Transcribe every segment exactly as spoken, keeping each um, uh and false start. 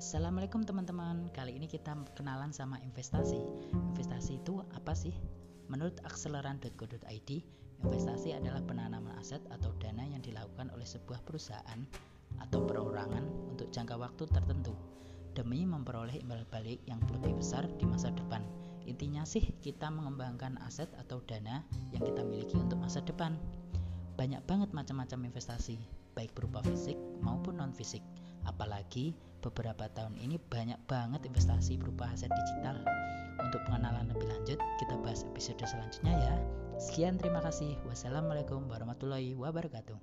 Assalamualaikum teman-teman. Kali ini kita kenalan sama investasi. Investasi itu apa sih? Menurut akseleran dot co dot i d, investasi adalah penanaman aset atau dana yang dilakukan oleh sebuah perusahaan atau perorangan untuk jangka waktu tertentu demi memperoleh imbal balik yang lebih besar di masa depan. Intinya sih kita mengembangkan aset atau dana yang kita miliki untuk masa depan. Banyak banget macam-macam investasi, baik berupa fisik maupun non-fisik. Apalagi beberapa tahun ini banyak banget investasi berupa aset digital. Untuk pengenalan lebih lanjut, kita bahas episode selanjutnya ya. Sekian, terima kasih. Wassalamualaikum warahmatullahi wabarakatuh.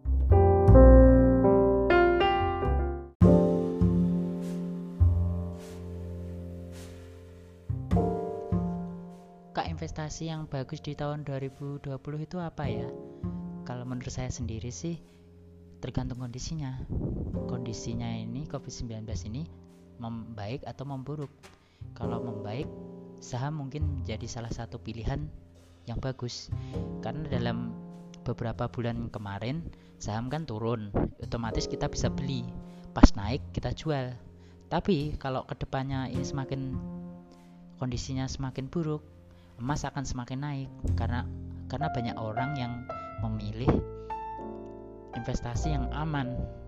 Kak, investasi yang bagus di tahun dua ribu dua puluh itu apa ya? Kalau menurut saya sendiri sih tergantung kondisinya. Kondisinya ini covid sembilan belas ini membaik atau memburuk. Kalau membaik, saham mungkin jadi salah satu pilihan yang bagus. Karena dalam beberapa bulan kemarin saham kan turun, otomatis kita bisa beli. Pas naik kita jual. Tapi kalau kedepannya ini semakin kondisinya semakin buruk, emas akan semakin naik karena karena banyak orang yang memilih investasi yang aman